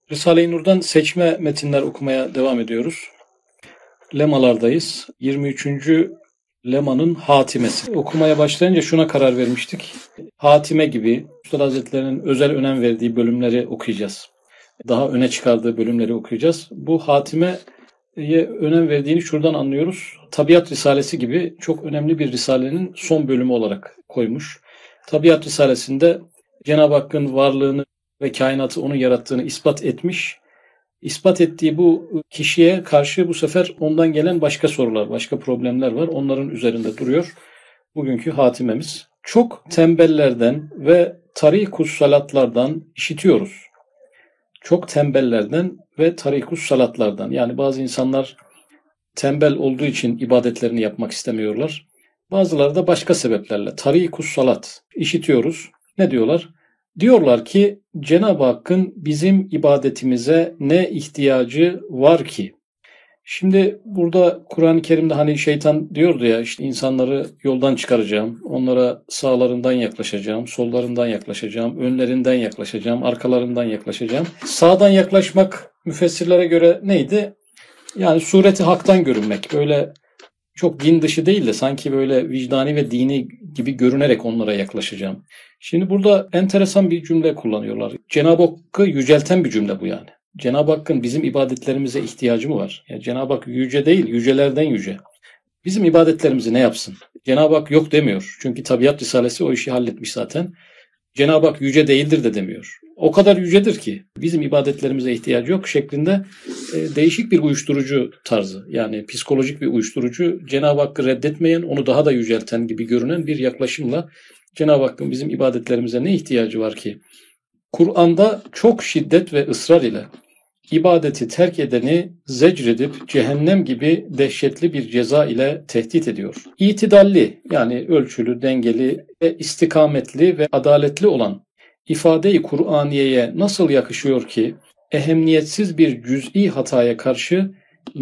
Risale-i Nur'dan seçme metinler okumaya devam ediyoruz. Lemalardayız. 23. lemanın hatimesi. Okumaya başlayınca şuna karar vermiştik. Hatime gibi Üstad Hazretleri'nin özel önem verdiği bölümleri okuyacağız. Daha öne çıkardığı bölümleri okuyacağız. Bu hatimeye önem verdiğini şuradan anlıyoruz. Tabiat Risalesi gibi çok önemli bir risalenin son bölümü olarak koymuş. Tabiat Risalesi'nde Cenab-ı Hakk'ın varlığını ve kainatı onun yarattığını ispat etmiş. İspat ettiği bu kişiye karşı bu sefer ondan gelen başka sorular, başka problemler var. Onların üzerinde duruyor bugünkü hatimemiz. Çok tembellerden ve tarikus salatlardan işitiyoruz. Çok tembellerden ve tarikus salatlardan. Yani bazı insanlar tembel olduğu için ibadetlerini yapmak istemiyorlar. Bazıları da başka sebeplerle tarikus salat işitiyoruz. Ne diyorlar? Diyorlar ki Cenab-ı Hakk'ın bizim ibadetimize ne ihtiyacı var ki? Şimdi burada Kur'an-ı Kerim'de hani şeytan diyordu ya işte insanları yoldan çıkaracağım, onlara sağlarından yaklaşacağım, sollarından yaklaşacağım, önlerinden yaklaşacağım, arkalarından yaklaşacağım. Sağdan yaklaşmak müfessirlere göre neydi? Yani sureti haktan görünmek, böyle çok din dışı değil de sanki böyle vicdani ve dini gibi görünerek onlara yaklaşacağım. Şimdi burada enteresan bir cümle kullanıyorlar. Cenab-ı Hakk'ı yücelten bir cümle bu yani. Cenab-ı Hakk'ın bizim ibadetlerimize ihtiyacı mı var? Yani Cenab-ı Hak yüce değil, yücelerden yüce. Bizim ibadetlerimizi ne yapsın? Cenab-ı Hak yok demiyor. Çünkü Tabiat Risalesi o işi halletmiş zaten. Cenab-ı Hak yüce değildir de demiyor. O kadar yücedir ki bizim ibadetlerimize ihtiyacı yok şeklinde değişik bir uyuşturucu tarzı. Yani psikolojik bir uyuşturucu, Cenab-ı Hakk'ı reddetmeyen, onu daha da yücelten gibi görünen bir yaklaşımla Cenab-ı Hakk'ın bizim ibadetlerimize ne ihtiyacı var ki? Kur'an'da çok şiddet ve ısrar ile ibadeti terk edeni zecredip cehennem gibi dehşetli bir ceza ile tehdit ediyor. İtidalli yani ölçülü, dengeli ve istikametli ve adaletli olan ifade-i Kur'aniye'ye nasıl yakışıyor ki ehemmiyetsiz bir cüz'i hataya karşı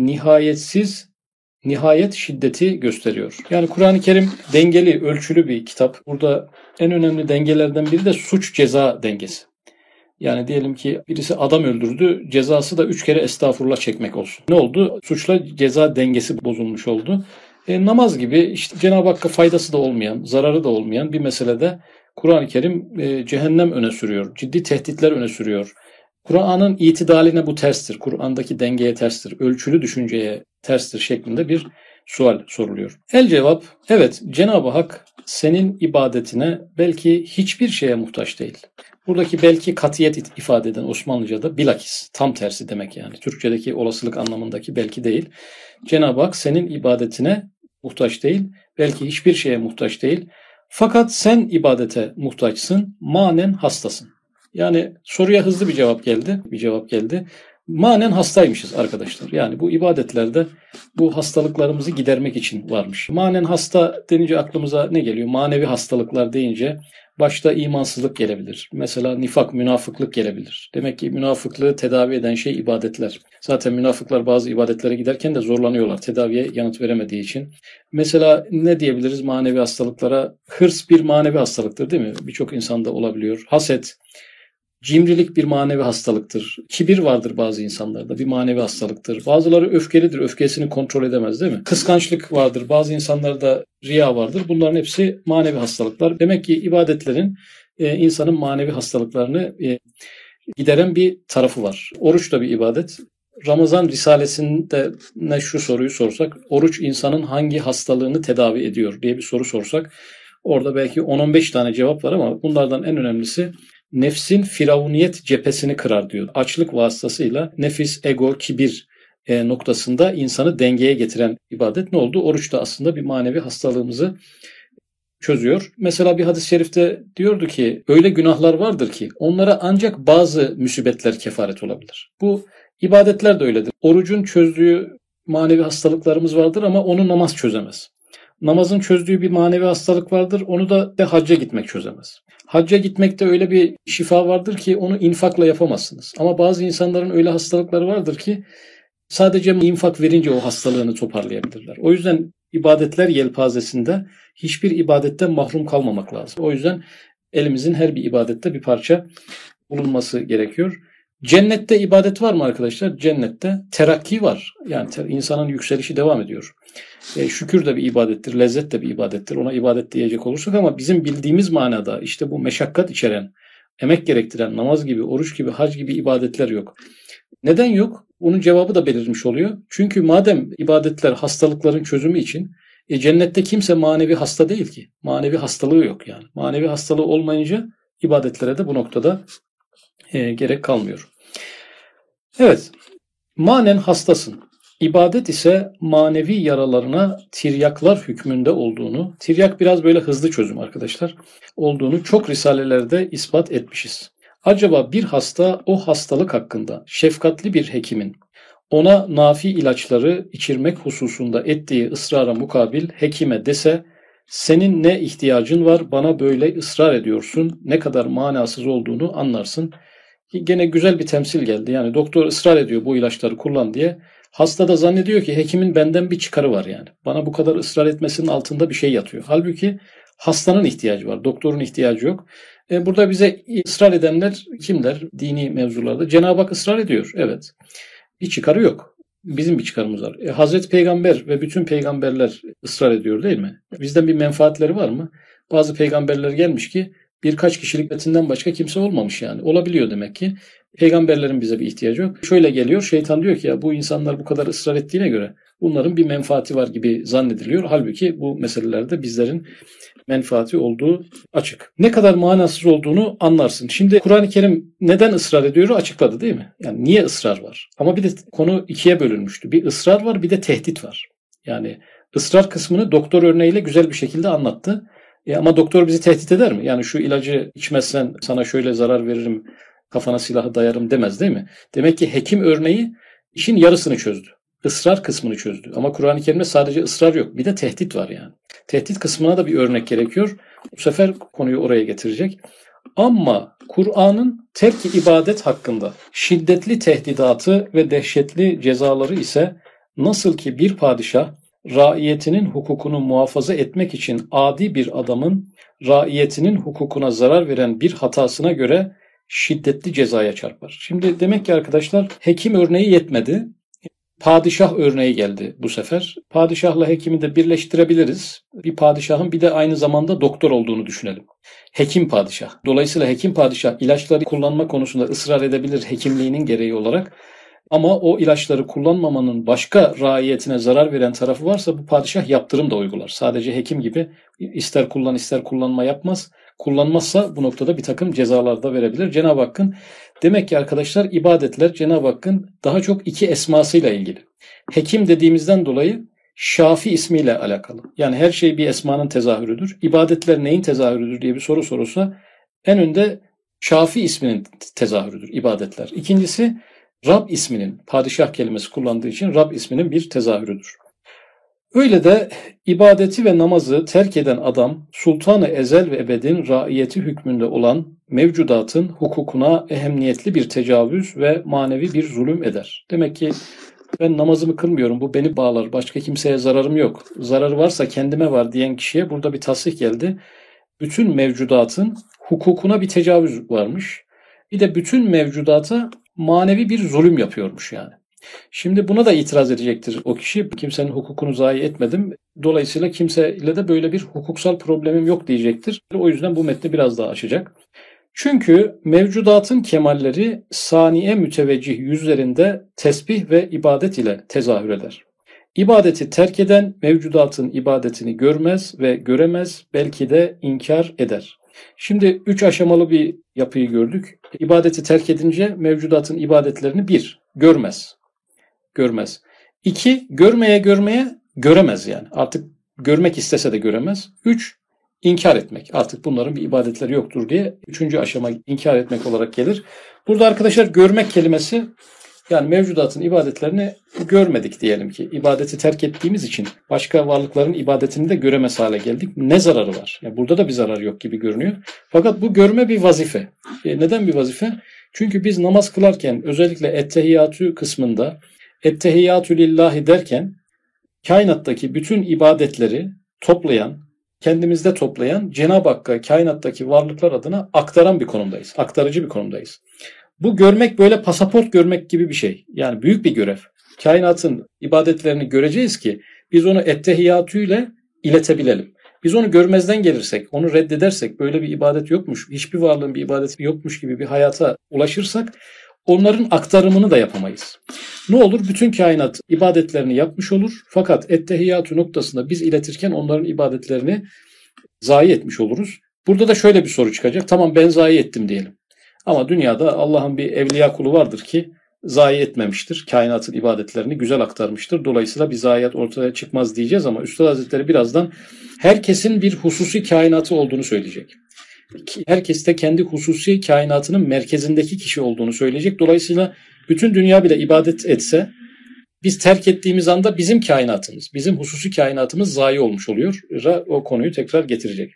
nihayet şiddeti gösteriyor. Yani Kur'an-ı Kerim dengeli, ölçülü bir kitap. Burada en önemli dengelerden biri de suç ceza dengesi. Yani diyelim ki birisi adam öldürdü, cezası da 3 kere estağfurullah çekmek olsun. Ne oldu? Suçla ceza dengesi bozulmuş oldu. Namaz gibi işte Cenab-ı Hakk'a faydası da olmayan, zararı da olmayan bir meselede Kur'an-ı Kerim cehennem öne sürüyor, ciddi tehditler öne sürüyor. Kur'an'ın itidaline bu terstir, Kur'an'daki dengeye terstir, ölçülü düşünceye terstir şeklinde bir sual soruluyor. El cevap, evet Cenab-ı Hak senin ibadetine belki hiçbir şeye muhtaç değil. Buradaki belki katiyet ifade eden Osmanlıca'da bilakis tam tersi demek yani. Türkçedeki olasılık anlamındaki belki değil. Cenab-ı Hak senin ibadetine muhtaç değil. Belki hiçbir şeye muhtaç değil. Fakat sen ibadete muhtaçsın. Manen hastasın. Yani soruya hızlı bir cevap geldi. Manen hastaymışız arkadaşlar. Yani bu ibadetlerde bu hastalıklarımızı gidermek için varmış. Manen hasta denince aklımıza ne geliyor? Manevi hastalıklar deyince başta imansızlık gelebilir. Mesela nifak, münafıklık gelebilir. Demek ki münafıklığı tedavi eden şey ibadetler. Zaten münafıklar bazı ibadetlere giderken de zorlanıyorlar tedaviye yanıt veremediği için. Mesela ne diyebiliriz manevi hastalıklara? Hırs bir manevi hastalıktır değil mi? Birçok insanda olabiliyor. Haset, cimrilik bir manevi hastalıktır. Kibir vardır bazı insanlarda, bir manevi hastalıktır. Bazıları öfkelidir, öfkesini kontrol edemez değil mi? Kıskançlık vardır, bazı insanlarda riya vardır. Bunların hepsi manevi hastalıklar. Demek ki ibadetlerin insanın manevi hastalıklarını gideren bir tarafı var. Oruç da bir ibadet. Ramazan Risalesi'nde şu soruyu sorsak, oruç insanın hangi hastalığını tedavi ediyor diye bir soru sorsak, orada belki 10-15 tane cevap var ama bunlardan en önemlisi nefsin firavuniyet cephesini kırar diyor. Açlık vasıtasıyla nefis, ego, kibir noktasında insanı dengeye getiren ibadet ne oldu? Oruç da aslında bir manevi hastalığımızı çözüyor. Mesela bir hadis-i şerifte diyordu ki öyle günahlar vardır ki onlara ancak bazı musibetler kefaret olabilir. Bu ibadetler de öyledir. Orucun çözdüğü manevi hastalıklarımız vardır ama onu namaz çözemez. Namazın çözdüğü bir manevi hastalık vardır. Onu da hacca gitmek çözemez. Hacca gitmekte öyle bir şifa vardır ki onu infakla yapamazsınız. Ama bazı insanların öyle hastalıkları vardır ki sadece infak verince o hastalığını toparlayabilirler. O yüzden ibadetler yelpazesinde hiçbir ibadetten mahrum kalmamak lazım. O yüzden elimizin her bir ibadette bir parça bulunması gerekiyor. Cennette ibadet var mı arkadaşlar? Cennette terakki var. Yani insanın yükselişi devam ediyor. Şükür de bir ibadettir, lezzet de bir ibadettir. Ona ibadet diyecek olursak ama bizim bildiğimiz manada işte bu meşakkat içeren, emek gerektiren namaz gibi, oruç gibi, hac gibi ibadetler yok. Neden yok? Onun cevabı da belirmiş oluyor. Çünkü madem ibadetler hastalıkların çözümü için, cennette kimse manevi hasta değil ki. Manevi hastalığı yok yani. Manevi hastalığı olmayınca ibadetlere de bu noktada gerek kalmıyor. Evet, manen hastasın. İbadet ise manevi yaralarına tiryaklar hükmünde olduğunu, tiryak biraz böyle hızlı çözüm arkadaşlar, olduğunu çok risalelerde ispat etmişiz. Acaba bir hasta o hastalık hakkında şefkatli bir hekimin ona nafi ilaçları içirmek hususunda ettiği ısrara mukabil hekime dese, senin ne ihtiyacın var, bana böyle ısrar ediyorsun, ne kadar manasız olduğunu anlarsın. Gene güzel bir temsil geldi. Yani doktor ısrar ediyor bu ilaçları kullan diye. Hasta da zannediyor ki hekimin benden bir çıkarı var yani. Bana bu kadar ısrar etmesinin altında bir şey yatıyor. Halbuki hastanın ihtiyacı var. Doktorun ihtiyacı yok. Burada bize ısrar edenler kimler? Dini mevzularda. Cenab-ı Hak ısrar ediyor. Evet. Bir çıkarı yok. Bizim bir çıkarımız var. Hazreti Peygamber ve bütün peygamberler ısrar ediyor değil mi? Bizden bir menfaatleri var mı? Bazı peygamberler gelmiş ki birkaç kişilik etinden başka kimse olmamış yani. Olabiliyor demek ki. Peygamberlerin bize bir ihtiyacı yok. Şöyle geliyor, şeytan diyor ki ya bu insanlar bu kadar ısrar ettiğine göre bunların bir menfaati var gibi zannediliyor. Halbuki bu meselelerde bizlerin menfaati olduğu açık. Ne kadar manasız olduğunu anlarsın. Şimdi Kur'an-ı Kerim neden ısrar ediyor açıkladı değil mi? Yani niye ısrar var? Ama bir de konu ikiye bölünmüştü. Bir ısrar var, bir de tehdit var. Yani ısrar kısmını doktor örneğiyle güzel bir şekilde anlattı. Ama doktor bizi tehdit eder mi? Yani şu ilacı içmezsen sana şöyle zarar veririm, kafana silahı dayarım demez değil mi? Demek ki hekim örneği işin yarısını çözdü. Israr kısmını çözdü. Ama Kur'an-ı Kerim'de sadece ısrar yok. Bir de tehdit var yani. Tehdit kısmına da bir örnek gerekiyor. Bu sefer konuyu oraya getirecek. Ama Kur'an'ın terk-i ibadet hakkında şiddetli tehdidatı ve dehşetli cezaları ise nasıl ki bir padişah raiyetinin hukukunu muhafaza etmek için adi bir adamın raiyetinin hukukuna zarar veren bir hatasına göre şiddetli cezaya çarpar. Şimdi demek ki arkadaşlar hekim örneği yetmedi. Padişah örneği geldi bu sefer. Padişahla hekimi de birleştirebiliriz. Bir padişahın bir de aynı zamanda doktor olduğunu düşünelim. Hekim padişah. Dolayısıyla hekim padişah ilaçları kullanma konusunda ısrar edebilir hekimliğinin gereği olarak. Ama o ilaçları kullanmamanın başka raiyetine zarar veren tarafı varsa bu padişah yaptırım da uygular. Sadece hekim gibi ister kullan ister kullanma yapmaz. Kullanmazsa bu noktada bir takım cezalar da verebilir. Cenab-ı Hakk'ın demek ki arkadaşlar ibadetler Cenab-ı Hakk'ın daha çok iki esmasıyla ilgili. Hekim dediğimizden dolayı Şafi ismiyle alakalı. Yani her şey bir esmanın tezahürüdür. İbadetler neyin tezahürüdür diye bir soru sorulsa en önde Şafi isminin tezahürüdür ibadetler. İkincisi Rab isminin, padişah kelimesi kullandığı için Rab isminin bir tezahürüdür. Öyle de ibadeti ve namazı terk eden adam, sultanı ezel ve ebedin raiyeti hükmünde olan mevcudatın hukukuna ehemmiyetli bir tecavüz ve manevi bir zulüm eder. Demek ki ben namazımı kılmıyorum, bu beni bağlar, başka kimseye zararım yok, zararı varsa kendime var diyen kişiye burada bir tasrih geldi. Bütün mevcudatın hukukuna bir tecavüz varmış. Bir de bütün mevcudata manevi bir zulüm yapıyormuş yani. Şimdi buna da itiraz edecektir o kişi. Kimsenin hukukunu zayi etmedim. Dolayısıyla kimseyle de böyle bir hukuksal problemim yok diyecektir. O yüzden bu metni biraz daha açacak. Çünkü mevcudatın kemalleri saniye müteveccih yüzlerinde tesbih ve ibadet ile tezahür eder. İbadeti terk eden mevcudatın ibadetini görmez ve göremez, belki de inkar eder. Şimdi 3 aşamalı bir yapıyı gördük. İbadeti terk edince mevcudatın ibadetlerini 1. Görmez. 2. Görmeye göremez yani. Artık görmek istese de göremez. 3. İnkar etmek. Artık bunların bir ibadetleri yoktur diye 3. aşama inkar etmek olarak gelir. Burada arkadaşlar görmek kelimesi yani mevcudatın ibadetlerini görmedik diyelim ki. İbadeti terk ettiğimiz için başka varlıkların ibadetini de göremez hale geldik. Ne zararı var? Yani burada da bir zarar yok gibi görünüyor. Fakat bu görme bir vazife. Neden bir vazife? Çünkü biz namaz kılarken özellikle ettehiyyatü kısmında ettehiyyatü lillahi derken kainattaki bütün ibadetleri toplayan, kendimizde toplayan Cenab-ı Hakk'a kainattaki varlıklar adına aktaran bir konumdayız. Aktarıcı bir konumdayız. Bu görmek böyle pasaport görmek gibi bir şey. Yani büyük bir görev. Kainatın ibadetlerini göreceğiz ki biz onu ettehiyyatüyle iletebilelim. Biz onu görmezden gelirsek, onu reddedersek, böyle bir ibadet yokmuş, hiçbir varlığın bir ibadeti yokmuş gibi bir hayata ulaşırsak onların aktarımını da yapamayız. Ne olur? Bütün kainat ibadetlerini yapmış olur. Fakat ettehiyyatü noktasında biz iletirken onların ibadetlerini zayi etmiş oluruz. Burada da şöyle bir soru çıkacak. Tamam, ben zayi ettim diyelim. Ama dünyada Allah'ın bir evliya kulu vardır ki zayi etmemiştir. Kainatın ibadetlerini güzel aktarmıştır. Dolayısıyla bir zayiat ortaya çıkmaz diyeceğiz ama Üstad Hazretleri birazdan herkesin bir hususi kainatı olduğunu söyleyecek. Herkes de kendi hususi kainatının merkezindeki kişi olduğunu söyleyecek. Dolayısıyla bütün dünya bile ibadet etse biz terk ettiğimiz anda bizim kainatımız, bizim hususi kainatımız zayi olmuş oluyor. O konuyu tekrar getirecek.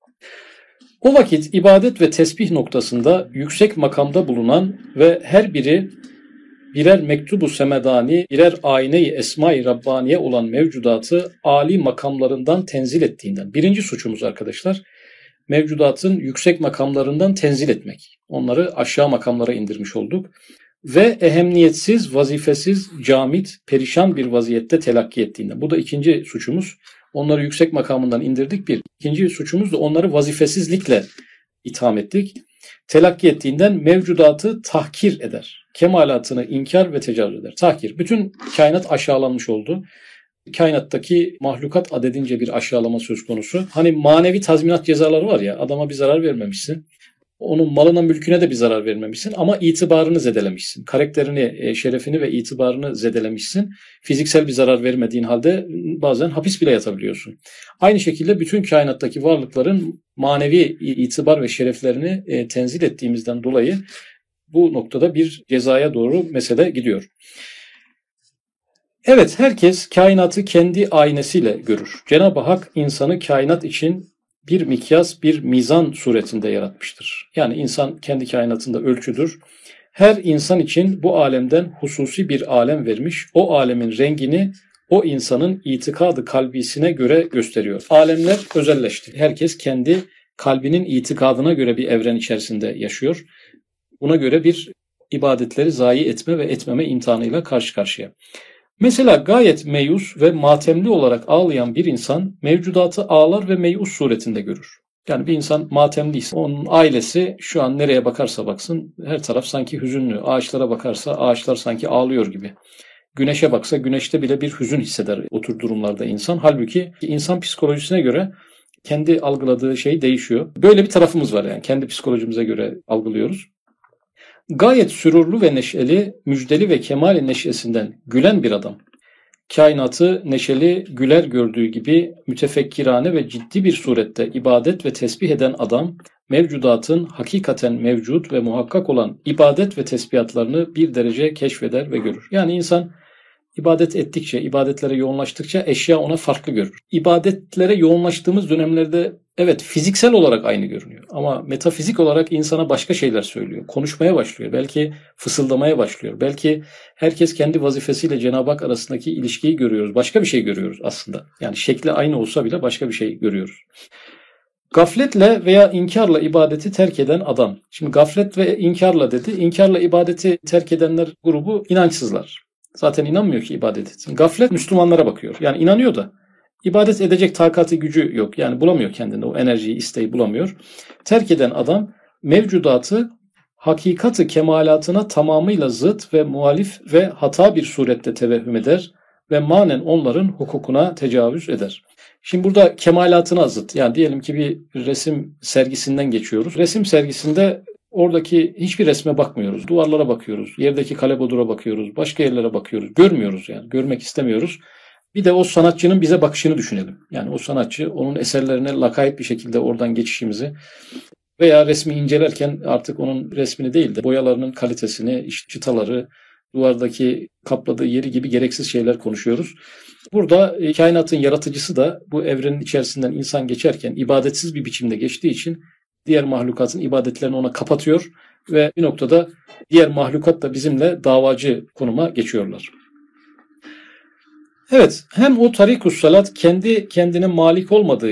O vakit ibadet ve tesbih noktasında yüksek makamda bulunan ve her biri birer mektubu semedani, birer ayne-i esma-i rabbaniye olan mevcudatı âli makamlarından tenzil ettiğinden. Birinci suçumuz arkadaşlar, mevcudatın yüksek makamlarından tenzil etmek. Onları aşağı makamlara indirmiş olduk. Ve ehemmiyetsiz, vazifesiz, camit, perişan bir vaziyette telakki ettiğinden. Bu da ikinci suçumuz. Onları yüksek makamından indirdik bir. İkinci suçumuz da onları vazifesizlikle itham ettik. Telakki ettiğinden mevcudatı tahkir eder. Kemalatını inkar ve tecavüz eder. Tahkir. Bütün kainat aşağılanmış oldu. Kainattaki mahlukat adedince bir aşağılama söz konusu. Hani manevi tazminat cezaları var ya, adama bir zarar vermemişsin. Onun malına mülküne de bir zarar vermemişsin ama itibarını zedelemişsin. Karakterini, şerefini ve itibarını zedelemişsin. Fiziksel bir zarar vermediğin halde bazen hapis bile yatabiliyorsun. Aynı şekilde bütün kainattaki varlıkların manevi itibar ve şereflerini tenzil ettiğimizden dolayı bu noktada bir cezaya doğru mesele gidiyor. Evet, herkes kainatı kendi aynesiyle görür. Cenab-ı Hak insanı kainat için bir mikyas, bir mizan suretinde yaratmıştır. Yani insan kendi kainatında ölçüdür. Her insan için bu alemden hususi bir alem vermiş. O alemin rengini o insanın itikadı kalbisine göre gösteriyor. Alemler özelleşti. Herkes kendi kalbinin itikadına göre bir evren içerisinde yaşıyor. Buna göre bir ibadetleri zayi etme ve etmeme imtihanıyla karşı karşıya. Mesela gayet meyus ve matemli olarak ağlayan bir insan mevcudatı ağlar ve meyus suretinde görür. Yani bir insan matemliyse onun ailesi şu an nereye bakarsa baksın her taraf sanki hüzünlü. Ağaçlara bakarsa ağaçlar sanki ağlıyor gibi. Güneşe baksa güneşte bile bir hüzün hisseder o tür durumlarda insan. Halbuki insan psikolojisine göre kendi algıladığı şey değişiyor. Böyle bir tarafımız var yani kendi psikolojimize göre algılıyoruz. Gayet sürurlu ve neşeli, müjdeli ve kemal-i neşesinden gülen bir adam, kainatı neşeli, güler gördüğü gibi mütefekkirane ve ciddi bir surette ibadet ve tesbih eden adam, mevcudatın hakikaten mevcut ve muhakkak olan ibadet ve tesbihatlarını bir derece keşfeder ve görür. Yani insan ibadet ettikçe, ibadetlere yoğunlaştıkça eşya ona farklı görür. İbadetlere yoğunlaştığımız dönemlerde evet fiziksel olarak aynı görünüyor ama metafizik olarak insana başka şeyler söylüyor. Konuşmaya başlıyor. Belki fısıldamaya başlıyor. Belki herkes kendi vazifesiyle Cenab-ı Hak arasındaki ilişkiyi görüyoruz. Başka bir şey görüyoruz aslında. Yani şekli aynı olsa bile başka bir şey görüyoruz. Gafletle veya inkarla ibadeti terk eden adam. Şimdi gaflet ve inkarla dedi. İnkarla ibadeti terk edenler grubu inançsızlar. Zaten inanmıyor ki ibadet etsin. Gaflet Müslümanlara bakıyor. Yani inanıyor da ibadet edecek takatı gücü yok. Yani bulamıyor kendinde o enerjiyi, isteği bulamıyor. Terk eden adam mevcudatı hakikati kemalatına tamamıyla zıt ve muhalif ve hata bir surette tevehhüm eder ve manen onların hukukuna tecavüz eder. Şimdi burada kemalatına zıt. Yani diyelim ki bir resim sergisinden geçiyoruz. Resim sergisinde oradaki hiçbir resme bakmıyoruz. Duvarlara bakıyoruz. Yerdeki kalebodura bakıyoruz. Başka yerlere bakıyoruz. Görmüyoruz yani. Görmek istemiyoruz. Bir de o sanatçının bize bakışını düşünelim. Yani o sanatçı onun eserlerine lakayt bir şekilde oradan geçişimizi veya resmi incelerken artık onun resmini değil de boyalarının kalitesini, çıtaları, duvardaki kapladığı yeri gibi gereksiz şeyler konuşuyoruz. Burada kainatın yaratıcısı da bu evrenin içerisinden insan geçerken ibadetsiz bir biçimde geçtiği için diğer mahlukatın ibadetlerini ona kapatıyor ve bir noktada diğer mahlukat da bizimle davacı konuma geçiyorlar. Evet, hem o tarikus salat kendi kendine malik olmadığı için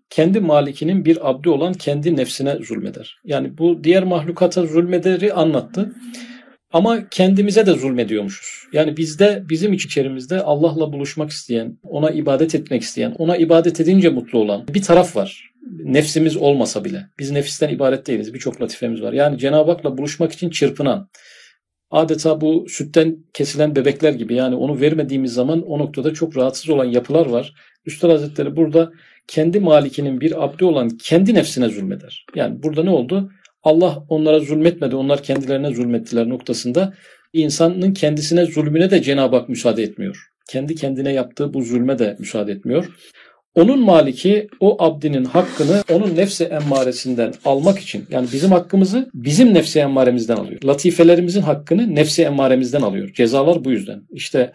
kendi malikinin bir abdi olan kendi nefsine zulmeder. Yani bu diğer mahlukata zulmederi anlattı. Ama kendimize de zulmediyormuşuz. Yani bizim içerimizde Allah'la buluşmak isteyen, ona ibadet etmek isteyen, ona ibadet edince mutlu olan bir taraf var. Nefsimiz olmasa bile. Biz nefisten ibaret değiliz. Birçok latifemiz var. Yani Cenab-ı Hak'la buluşmak için çırpınan, adeta bu sütten kesilen bebekler gibi, yani onu vermediğimiz zaman o noktada çok rahatsız olan yapılar var. Üstad Hazretleri burada kendi malikinin bir abdi olan kendi nefsine zulmeder. Yani burada ne oldu? Allah onlara zulmetmedi, onlar kendilerine zulmettiler noktasında insanın kendisine zulmüne de Cenab-ı Hak müsaade etmiyor. Kendi kendine yaptığı bu zulme de müsaade etmiyor. Onun maliki o abdinin hakkını onun nefsi emmaresinden almak için, yani bizim hakkımızı bizim nefsi emmaremizden alıyor. Latifelerimizin hakkını nefsi emmaremizden alıyor. Cezalar bu yüzden. İşte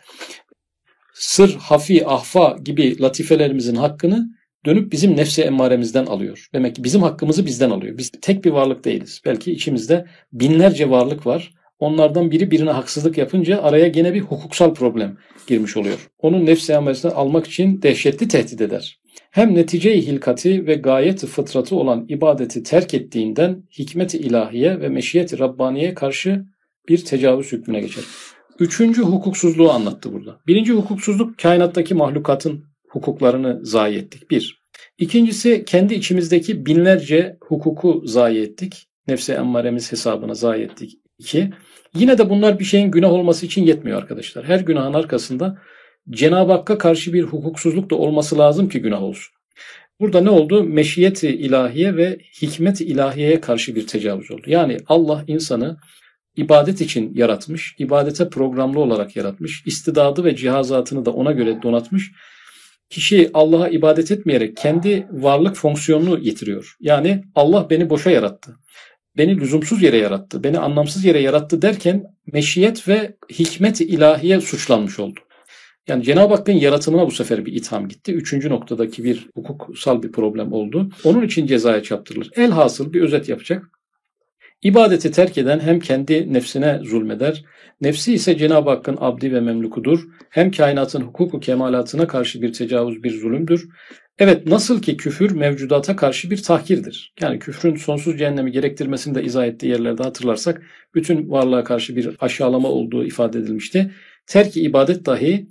sır, hafi, ahfa gibi latifelerimizin hakkını dönüp bizim nefsi emmaremizden alıyor. Demek ki bizim hakkımızı bizden alıyor. Biz tek bir varlık değiliz. Belki içimizde binlerce varlık var. Onlardan biri birine haksızlık yapınca araya gene bir hukuksal problem girmiş oluyor. Onun nefsi emmaresinden almak için dehşetli tehdit eder. Hem netice-i hilkati ve gayet-i fıtratı olan ibadeti terk ettiğinden hikmet-i ilahiye ve meşiyet-i Rabbaniye karşı bir tecavüz hükmüne geçer. Üçüncü hukuksuzluğu anlattı burada. Birinci hukuksuzluk, kainattaki mahlukatın hukuklarını zayi ettik. Bir. İkincisi, kendi içimizdeki binlerce hukuku zayi ettik. Nefsi emmaremiz hesabına zayi ettik. İki. Yine de bunlar bir şeyin günah olması için yetmiyor arkadaşlar. Her günahın arkasında Cenab-ı Hakk'a karşı bir hukuksuzluk da olması lazım ki günah olsun. Burada ne oldu? Meşiyet-i ilahiye ve hikmet-i ilahiyeye karşı bir tecavüz oldu. Yani Allah insanı ibadet için yaratmış, ibadete programlı olarak yaratmış, istidadı ve cihazatını da ona göre donatmış. Kişi Allah'a ibadet etmeyerek kendi varlık fonksiyonunu yitiriyor. Yani Allah beni boşa yarattı, beni lüzumsuz yere yarattı, beni anlamsız yere yarattı derken meşiyet ve hikmet-i ilahiye suçlanmış oldu. Yani Cenab-ı Hakk'ın yaratımına bu sefer bir itham gitti. Üçüncü noktadaki bir hukuksal bir problem oldu. Onun için cezaya çarptırılır. Elhasıl bir özet yapacak. İbadeti terk eden hem kendi nefsine zulmeder, nefsi ise Cenab-ı Hakk'ın abdi ve memlukudur. Hem kainatın hukuku kemalatına karşı bir tecavüz, bir zulümdür. Evet, nasıl ki küfür mevcudata karşı bir tahkirdir. Yani küfrün sonsuz cehennemi gerektirmesini de izah ettiği yerlerde hatırlarsak bütün varlığa karşı bir aşağılama olduğu ifade edilmişti. Terk-i ibadet dahi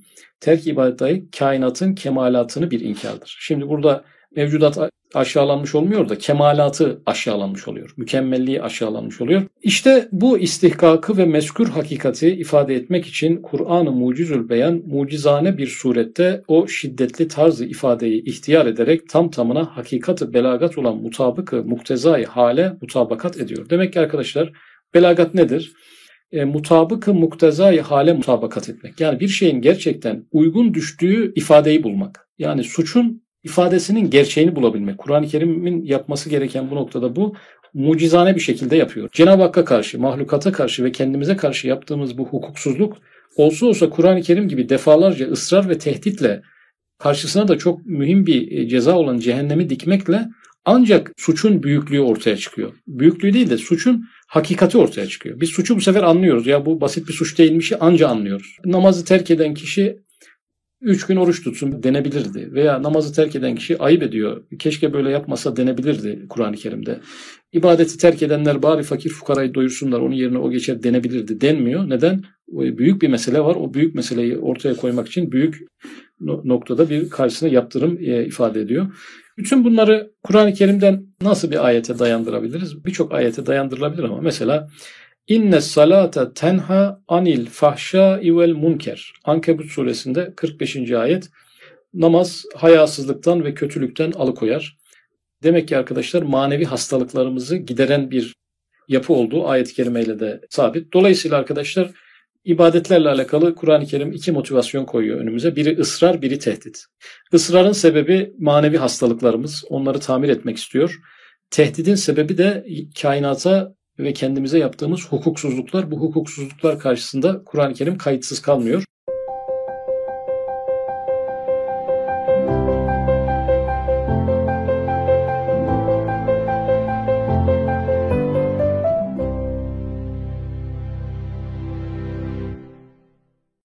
kainatın kemalatını bir inkardır. Şimdi burada mevcudat aşağılanmış olmuyor da kemalatı aşağılanmış oluyor. Mükemmelliği aşağılanmış oluyor. İşte bu istihkakı ve mezkur hakikati ifade etmek için Kur'an-ı Mucizül Beyan mucizane bir surette o şiddetli tarzı ifadeyi ihtiyar ederek tam tamına hakikat-ı belagat olan mutabık-ı muktezai hale mutabakat ediyor. Demek ki arkadaşlar belagat nedir? Mutabık-ı muktezai hale mutabakat etmek. Yani bir şeyin gerçekten uygun düştüğü ifadeyi bulmak. Yani suçun ifadesinin gerçeğini bulabilmek. Kur'an-ı Kerim'in yapması gereken bu noktada bu. Mucizane bir şekilde yapıyor. Cenab-ı Hakk'a karşı, mahlukata karşı ve kendimize karşı yaptığımız bu hukuksuzluk olsa Kur'an-ı Kerim gibi defalarca ısrar ve tehditle karşısına da çok mühim bir ceza olan cehennemi dikmekle ancak suçun büyüklüğü ortaya çıkıyor. Büyüklüğü değil de suçun hakikati ortaya çıkıyor. Biz suçu bu sefer anlıyoruz. Ya bu basit bir suç değilmişi anca anlıyoruz. Namazı terk eden kişi 3 gün oruç tutsun denebilirdi. Veya namazı terk eden kişi ayıp ediyor, keşke böyle yapmasa denebilirdi Kur'an-ı Kerim'de. İbadeti terk edenler bari fakir fukarayı doyursunlar, onun yerine o geçer denebilirdi denmiyor. Neden? Büyük bir mesele var. O büyük meseleyi ortaya koymak için büyük noktada bir karşısına yaptırım ifade ediyor. Bütün bunları Kur'an-ı Kerim'den nasıl bir ayete dayandırabiliriz? Birçok ayete dayandırılabilir ama mesela İnne salate tenha anil fahşai vel munker. Ankebut suresinde 45. ayet. Namaz hayasızlıktan ve kötülükten alıkoyar. Demek ki arkadaşlar manevi hastalıklarımızı gideren bir yapı olduğu ayet-i kerimeyle de sabit. Dolayısıyla arkadaşlar ibadetlerle alakalı Kur'an-ı Kerim iki motivasyon koyuyor önümüze. Biri ısrar, biri tehdit. Israrın sebebi manevi hastalıklarımız. Onları tamir etmek istiyor. Tehdidin sebebi de kainata ve kendimize yaptığımız hukuksuzluklar. Bu hukuksuzluklar karşısında Kur'an-ı Kerim kayıtsız kalmıyor.